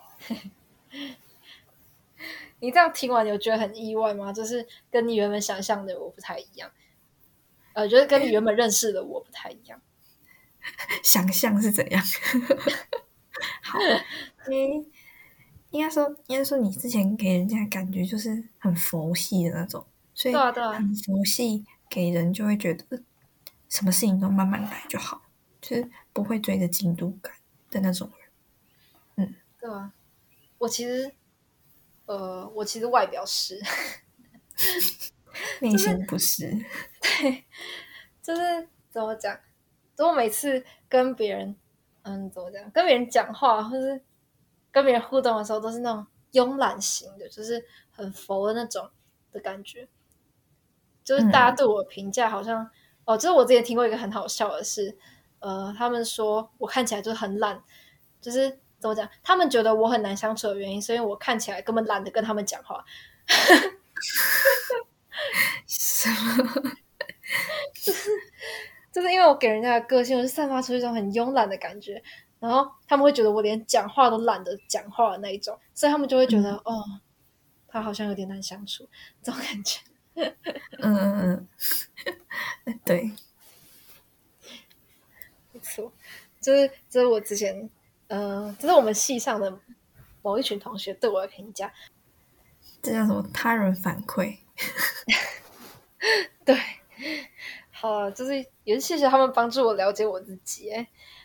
你这样听完，有觉得很意外吗？就是跟你原本想象的我不太一样，呃，就是跟你原本认识的我不太一样。 想象是怎样？好，诶，应该说，应该说你之前给人家的感觉就是很佛系的那种，所以对啊，对啊， 很佛系，给人就会觉得什么事情都慢慢来就好，就是不会追着进度赶的那种人。嗯， 对啊。我其实，呃，我其实外表是， 内心不是。 就是怎么讲？就我每次跟别人，嗯，怎么讲？跟别人讲话，或是跟别人互动的时候，都是那种慵懒型的，就是很佛的那种的感觉。就是大家嗯对我的评价好像哦，就是我之前听过一个很好笑的是，呃，他们说我看起来就是很懒，就是怎么讲，他们觉得我很难相处的原因，所以我看起来根本懒得跟他们讲话， 什么？ 就是因为我给人家的个性，我是散发出一种很慵懒的感觉，然后他们会觉得我连讲话都懒得讲话的那一种，所以他们就会觉得、 嗯哦，他好像有点难相处，这种感觉。 嗯嗯嗯，对， 没错，就是这是我之前，呃，这是我们系上的某一群同学对我的评价。 这叫什么？他人反馈。 对，好啊，就是也是谢谢他们帮助我了解我自己。哎，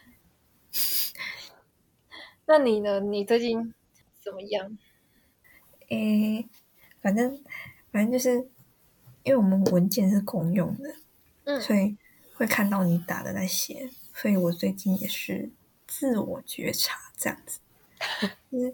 那你呢？你最近怎么样？ 诶，反正反正就是因为我们文件是共用的， 嗯， 所以会看到你打的那些，所以我最近也是自我觉察这样子，就是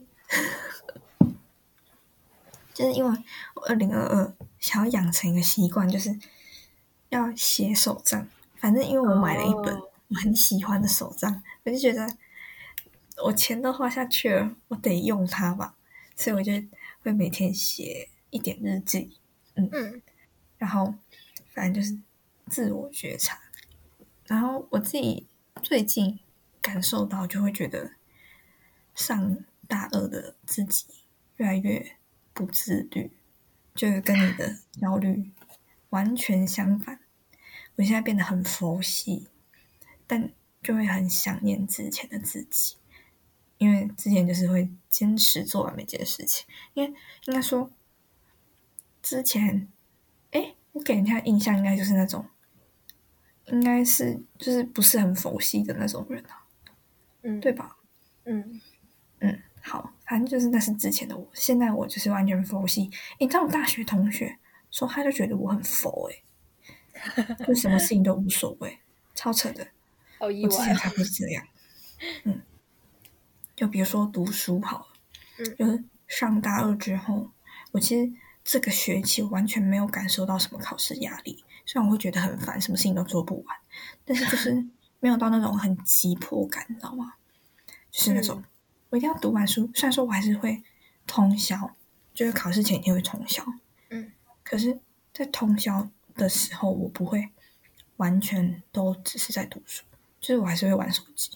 就是因为我二零二二想要养成一个习惯，就是要写手账。反正因为我买了一本哦我很喜欢的手账，我就觉得我钱都花下去了，我得用它吧，所以我就会每天写一点日记，嗯， 嗯然后反正就是自我觉察。然后我自己最近感受到，就会觉得上大二的自己越来越不自律，就是跟你的焦虑完全相反。我现在变得很佛系，但就会很想念之前的自己，因为之前就是会坚持做完每件事情。因为应该说之前，哎，我给人家的印象应该就是那种，应该是就是不是很佛系的那种人啊， 嗯对吧？ 嗯， 嗯，好，反正就是那是之前的我，现在我就是完全佛系。你知道我大学同学说，他就觉得我很佛诶、就什么事情都无所谓，超扯的。 好意外哦。 我之前才不是这样，嗯，就比如说读书好了， 嗯就是上大二之后，我其实这个学期完全没有感受到什么考试压力，虽然我会觉得很烦，什么事情都做不完，但是就是没有到那种很急迫感，你知道吗？就是那种嗯我一定要读完书，虽然说我还是会通宵，就是考试前一天会通宵， 嗯可是，在通宵的时候，我不会完全都只是在读书，就是我还是会玩手机。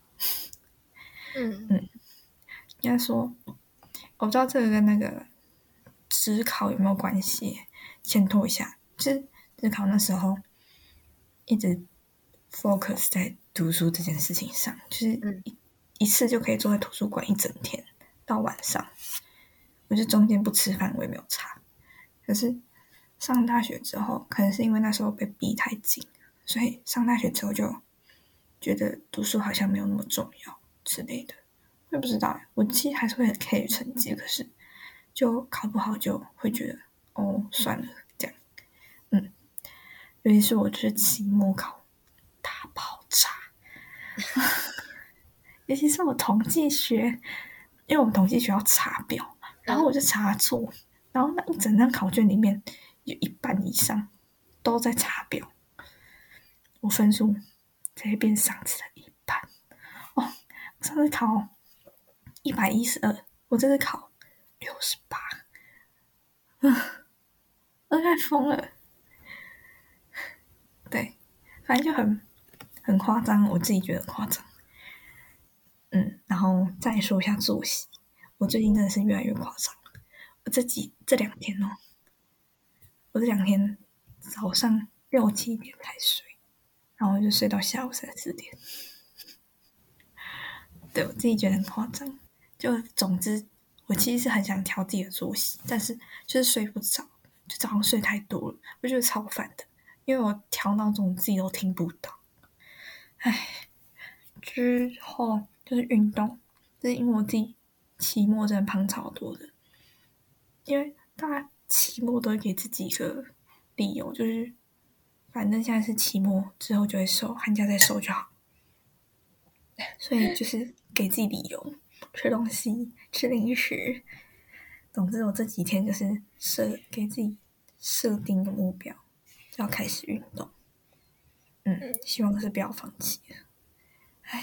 嗯嗯，应该说，我不知道这个跟那个职考有没有关系，先拖一下。就是职考那时候一直 focus 在读书这件事情上，就是嗯一一次就可以坐在图书馆一整天到晚上，我就中间不吃饭我也没有差。可是上大学之后，可能是因为那时候被逼太紧，所以上大学之后就觉得读书好像没有那么重要之类的。我也不知道，我其实还是会很 care 成绩，可是就考不好就会觉得哦算了这样。嗯，尤其是我就是期末考大爆炸，尤其是我统计学，因为我们统计学要查表，然后我嗯， 就查错，然后那一整张考卷里面有一半以上都在查表，我分数直接变上次的一半。哦，我上次考一百一十二，我这次考六十八，我快疯了。对，反正就很很夸张，我自己觉得很夸张。嗯，然后再说一下作息，我最近真的是越来越夸张。我这几这两天哦，我这两天早上六七点才睡，然后就睡到下午三四点。对我自己觉得很夸张。就总之，我其实是很想调自己的作息，但是就是睡不着，就早上睡太多了，我觉得超烦的。因为我调闹钟自己都听不到。唉，之后就是运动，就是因为我自己期末真的胖超多的，因为大家期末都会给自己一个理由，就是反正现在是期末，之后就会瘦，寒假再瘦就好。所以就是给自己理由，吃东西，吃零食。总之，我这几天就是设给自己设定的目标，就要开始运动。嗯，希望是不要放弃了。唉，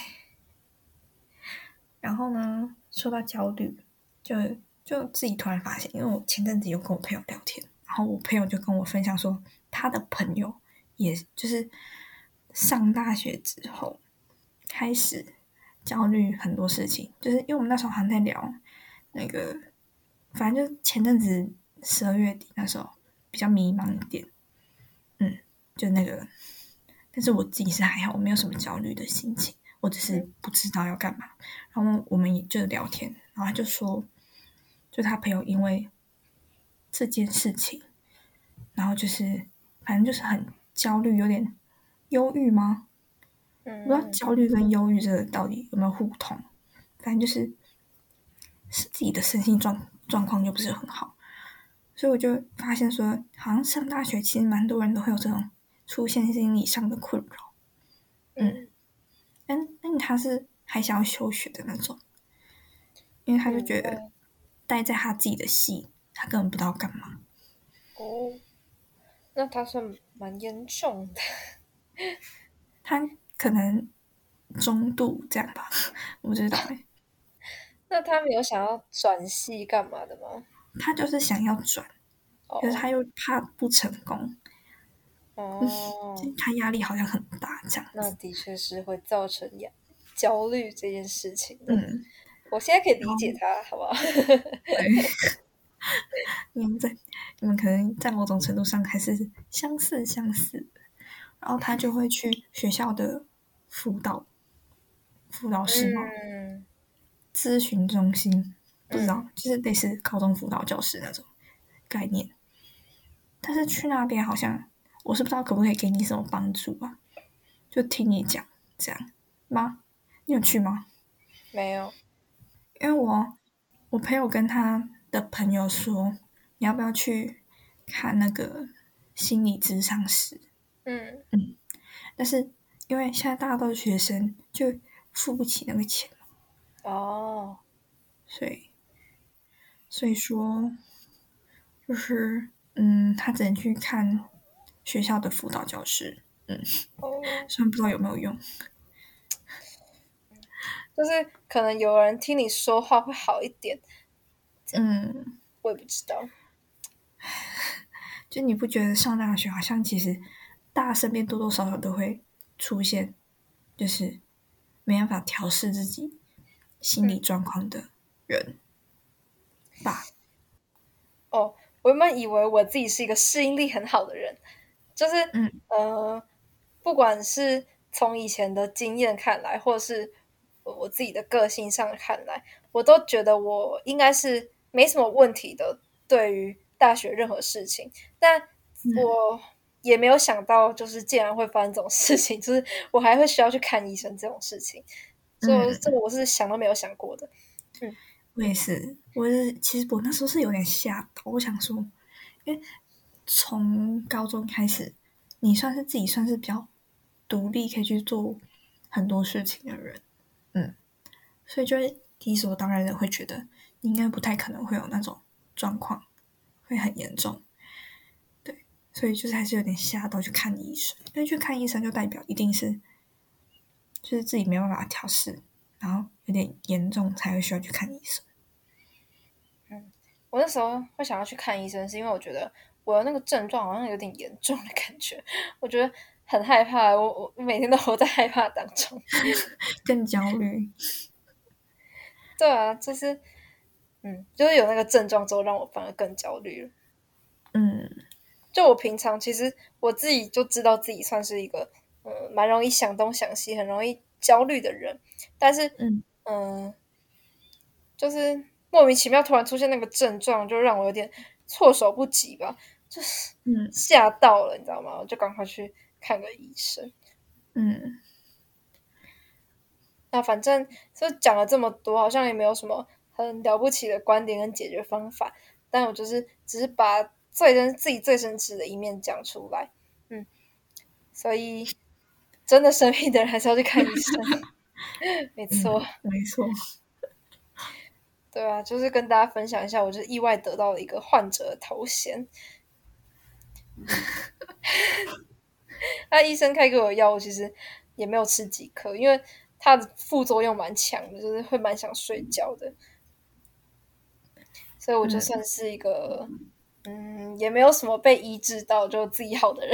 然后呢，说到焦虑，就就自己突然发现，因为我前阵子有跟我朋友聊天，然后我朋友就跟我分享说，他的朋友也就是上大学之后开始焦虑很多事情，就是因为我们那时候好像在聊那个，反正就前阵子十二月底那时候比较迷茫一点，嗯，就那个，但是我自己是还好，我没有什么焦虑的心情，我只是不知道要干嘛。然后我们也就聊天，然后他就说，就他朋友因为这件事情，然后就是反正就是很焦虑，有点忧郁吗？不知道嗯焦虑跟忧郁这个到底有没有互通，反正就是是自己的身心状状况就不是很好， 所以我就发现说，好像上大学其实蛮多人都会有这种出现心理上的困扰。嗯，但但他是还想要休学的那种，因为他就嗯， 觉得那待在他自己的系，他根本不知道干嘛。 哦，那他算蛮严重的。 他可能中度这样吧，我不知道哎。 那他没有想要转系干嘛的吗？ 他就是想要转，可是哦他又怕不成功， 哦， 他压力好像很大这样子。 那的确是会造成压焦虑这件事情的。 嗯， 我现在可以然后理解他，好不好？ 对，你们在你们可能在某种程度上还是相似相似的。然后他就会去学校的辅导辅导室嘛， 嗯咨询中心，不知嗯， 道，就是类似高中辅导教室那种概念。但是去那边好像我是不知道可不可以给你什么帮助啊？就听你讲这样吗？你有去吗？ 没有。 因为我我朋友跟他的朋友说，你要不要去看那个心理咨商师？ 嗯但是因为现在大家都是学生，就付不起那个钱， 哦所以所以说就是嗯，他只能去看学校的辅导教室。嗯， 哦， 虽然不知道有没有用。 就是可能有人听你说话会好一点， 嗯， 我也不知道。 就你不觉得上大学好像其实大家身边多多少少都会出现，就是没办法调试自己心理嗯状况的人吧？ 哦，我原本以为我自己是一个适应力很好的人，就是嗯呃，不管是从以前的经验看来，或是我我自己的个性上看来，我都觉得我应该是没什么问题的，对于大学任何事情。但嗯我也没有想到，就是竟然会发生这种事情，就是我还会需要去看医生这种事情，所以我这嗯， 个我是想都没有想过的。嗯我也是，我是其实我那时候是有点吓到，我想说，因为从高中开始，你算是自己算是比较独立，可以去做很多事情的人，嗯，所以就会理所当然的会觉得你应该不太可能会有那种状况，会很严重，对，所以就是还是有点吓到去看医生，因为去看医生就代表一定是就是自己没办法调试，然后有点严重才会需要去看医生。 嗯，我那时候会想要去看医生，是因为我觉得我的那个症状好像有点严重的感觉，我觉得很害怕，我我每天都活在害怕当中。 更焦虑。 对啊，就是嗯，就是有那个症状之后，让我反而更焦虑了。 嗯就我平常其实我自己就知道自己算是一个嗯蛮容易想东想西、很容易焦虑的人，但是嗯嗯，就是莫名其妙突然出现那个症状，就让我有点措手不及吧，就是嗯吓到了，你知道吗？我就赶快去看个医生。 嗯那反正就讲了这么多，好像也没有什么很了不起的观点跟解决方法，但我就是只是把最真自己最真实的一面讲出来。嗯，所以真的生病的人还是要去看医生，没错。 嗯，没错。 对啊，就是跟大家分享一下，我就是意外得到了一个患者的头衔。那医生开给我的药，我其实也没有吃几颗，因为它的副作用蛮强的，就是会蛮想睡觉的，所以我就嗯， 算是一个嗯，也没有什么被医治到就自己好的人。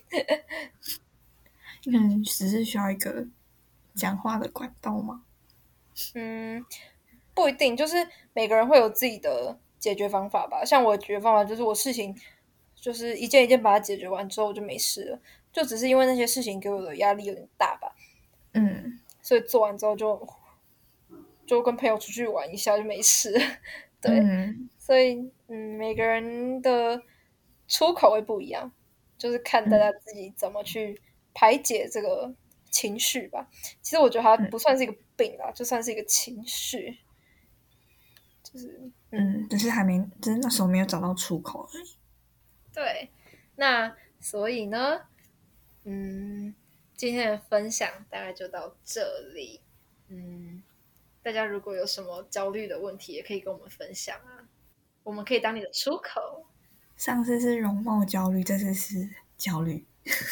你可能只是需要一个讲话的管道嘛。 嗯，不一定，就是每个人会有自己的解决方法吧。像我的解决方法就是我事情就是一件一件把它解决完之后我就没事了，就只是因为那些事情给我的压力有点大吧， 嗯所以做完之后就就跟朋友出去玩一下就没事了。对， 嗯所以嗯，每个人的出口会不一样，就是看大家嗯自己怎么去排解这个情绪吧。其实我觉得它嗯不算是一个病啦，就算是一个情绪。 就是嗯，只是还没，只是那时候没有找到出口而已。 对。那所以呢，嗯，今天的分享大概就到这里。嗯，大家如果有什么焦虑的问题，也可以跟我们分享啊，我们可以当你的出口。 上次是容貌焦虑，这次是焦虑。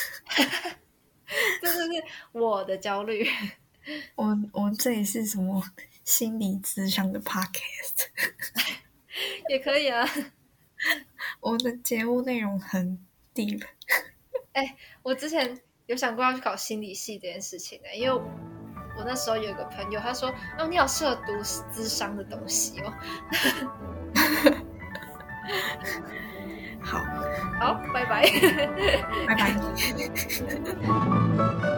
这就是我的焦虑。 我我这里是什么心理咨商的 podcast， 也可以啊。 我的节目内容很 deep。 哎，我之前有想过要去考心理系这件事情呢、因为我那时候有一个朋友，他说：“哦，你好适合读咨商的东西哦。 好， 好，拜拜。 拜拜。